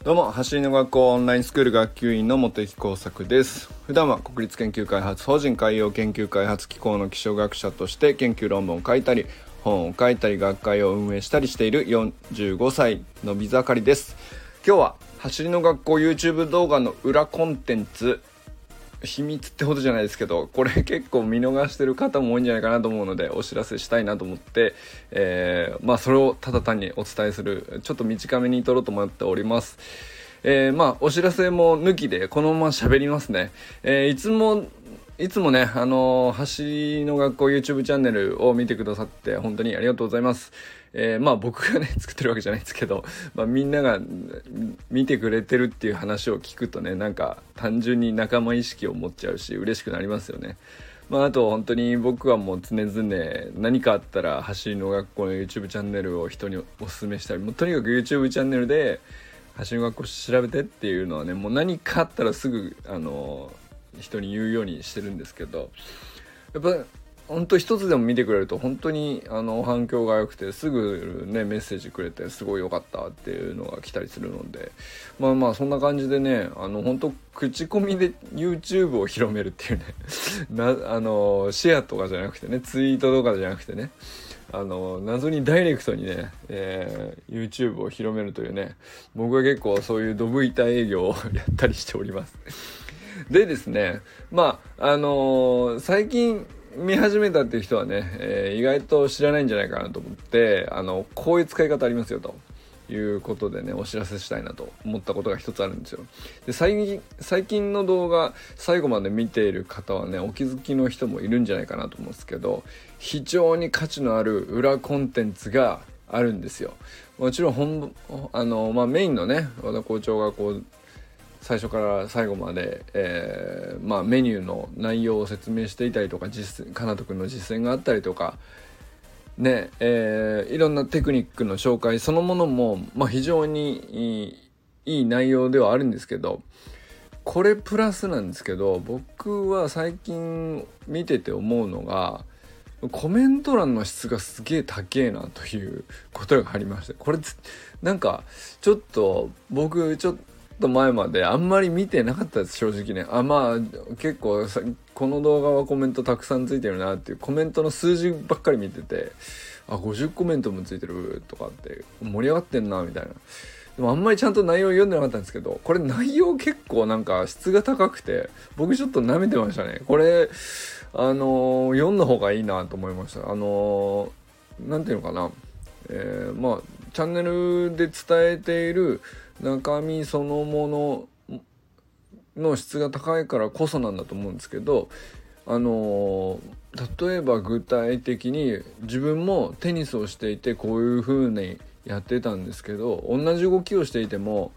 どうも、走りの学校オンラインスクール学級委員の茂木耕作です。普段は国立研究開発法人海洋研究開発機構の気象学者として研究論文を書いたり、本を書いたり、学会を運営したりしている45歳のび盛りです。今日は走りの学校 YouTube 動画の裏コンテンツ、秘密ってほどじゃないですけど、これ結構見逃してる方も多いんじゃないかなと思うのでお知らせしたいなと思って、それをただ単にお伝えする、ちょっと短めに撮ろうと思っております。お知らせも抜きでこのまま喋りますね。いつもね、走りの学校 YouTube チャンネルを見てくださって本当にありがとうございます。僕がね作ってるわけじゃないんですけど、みんなが見てくれてるっていう話を聞くとね、なんか単純に仲間意識を持っちゃうし嬉しくなりますよね。あと本当に僕はもう常々何かあったら走りの学校の YouTube チャンネルを人にお勧めしたり、もうとにかく YouTube チャンネルで走りの学校調べてっていうのはね、もう何かあったらすぐ人に言うようにしてるんですけど、やっぱ本当一つでも見てくれると本当に反響が良くて、すぐねメッセージくれてすごい良かったっていうのが来たりするので、そんな感じでね、本当口コミで YouTube を広めるっていうねシェアとかじゃなくてね、ツイートとかじゃなくてね、謎にダイレクトにね、YouTube を広めるというね、僕は結構そういうドブ板営業をやったりしておりますでですね、最近見始めたっていう人はね、意外と知らないんじゃないかなと思って、こういう使い方ありますよということでね、お知らせしたいなと思ったことが一つあるんですよ。で、最近の動画最後まで見ている方はね、お気づきの人もいるんじゃないかなと思うんですけど、非常に価値のある裏コンテンツがあるんですよ。もちろんメインのね、和田校長がこう最初から最後まで、メニューの内容を説明していたりとか、かなとくんの実践があったりとかね、いろんなテクニックの紹介そのものも、非常にいい内容ではあるんですけど、これプラスなんですけど、僕は最近見てて思うのが、コメント欄の質がすげえ高えなということがありまして、これなんかちょっと僕ちょっと前まであんまり見てなかったです、正直ね。結構この動画はコメントたくさんついてるなっていうコメントの数字ばっかり見てて、50コメントもついてるとかって盛り上がってんなみたいな。でもあんまりちゃんと内容読んでなかったんですけど、これ内容結構なんか質が高くて、僕ちょっと舐めてましたね。これ読んだ方がいいなと思いました。なんていうのかな、チャンネルで伝えている中身そのものの質が高いからこそなんだと思うんですけど、例えば具体的に自分もテニスをしていてこういう風にやってたんですけど、同じ動きをしていても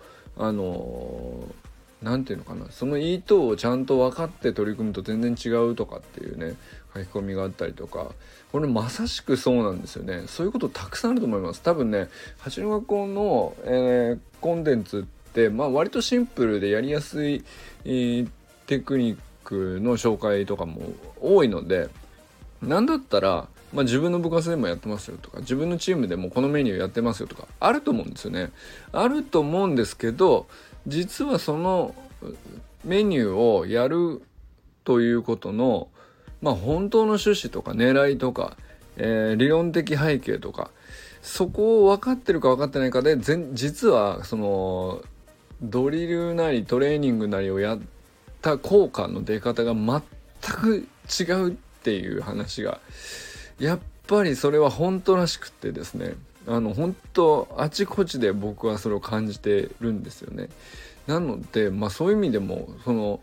なんていうのかな、その意図をちゃんと分かって取り組むと全然違うとかっていうね、書き込みがあったりとか、これまさしくそうなんですよね。そういうことたくさんあると思います。多分ね、走りの学校の、コンテンツって割とシンプルでやりやすい、テクニックの紹介とかも多いので、なんだったら自分の部活でもやってますよとか、自分のチームでもこのメニューやってますよとかあると思うんですよね。あると思うんですけど、実はそのメニューをやるということの本当の趣旨とか狙いとか、理論的背景とか、そこを分かってるか分かってないかで実はそのドリルなりトレーニングなりをやった効果の出方が全く違うっていう話がやっぱりそれは本当らしくってですね、本当あちこちで僕はそれを感じてるんですよね。なのでそういう意味でもその、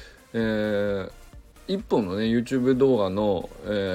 一本のね YouTube 動画の、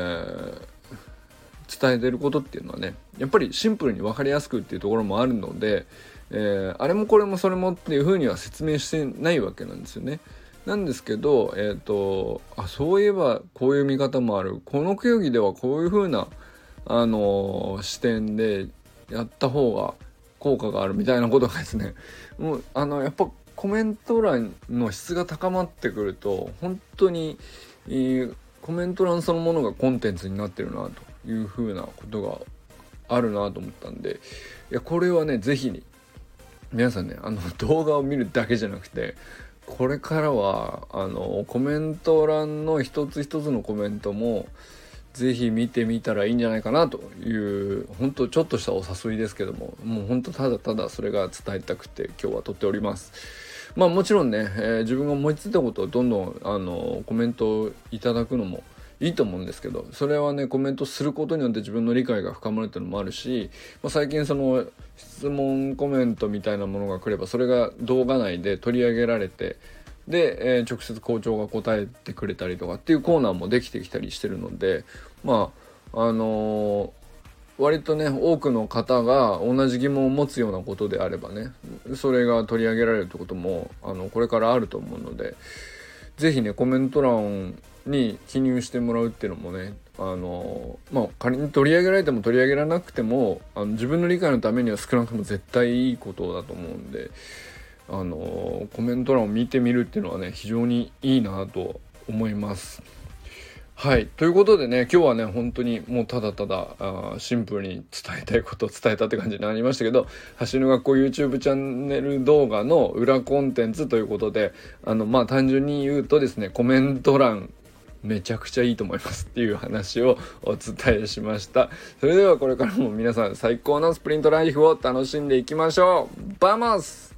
伝えてることっていうのはね、やっぱりシンプルに分かりやすくっていうところもあるので、あれもこれもそれもっていう風には説明してないわけなんですよね。なんですけど、そういえばこういう見方もある、この競技ではこういう風な視点でやった方が効果があるみたいなことがですね、もうやっぱコメント欄の質が高まってくると本当に、コメント欄そのものがコンテンツになってるなというふうなことがあるなと思ったんで、いやこれはねぜひに皆さんね動画を見るだけじゃなくて、これからはコメント欄の一つ一つのコメントもぜひ見てみたらいいんじゃないかなという、本当ちょっとしたお誘いですけども、もう本当ただただそれが伝えたくて今日は撮っております。まあもちろんね、自分が思いついたことをどんどんコメントいただくのもいいと思うんですけど、それはねコメントすることによって自分の理解が深まるっていうのもあるし、最近その質問コメントみたいなものが来ればそれが動画内で取り上げられて、で、直接校長が答えてくれたりとかっていうコーナーもできてきたりしてるので、割とね多くの方が同じ疑問を持つようなことであればね、それが取り上げられるってこともこれからあると思うので、ぜひねコメント欄に記入してもらうっていうのもね、仮に取り上げられても取り上げられなくても自分の理解のためには少なくとも絶対いいことだと思うんで、コメント欄を見てみるっていうのはね非常にいいなと思います。はい、ということでね、今日はね本当にもうただただシンプルに伝えたいことを伝えたって感じになりましたけど、走る学校 YouTube チャンネル動画の裏コンテンツということで、単純に言うとですね、コメント欄めちゃくちゃいいと思いますっていう話をお伝えしました。それではこれからも皆さん最高のスプリントライフを楽しんでいきましょう。バモス！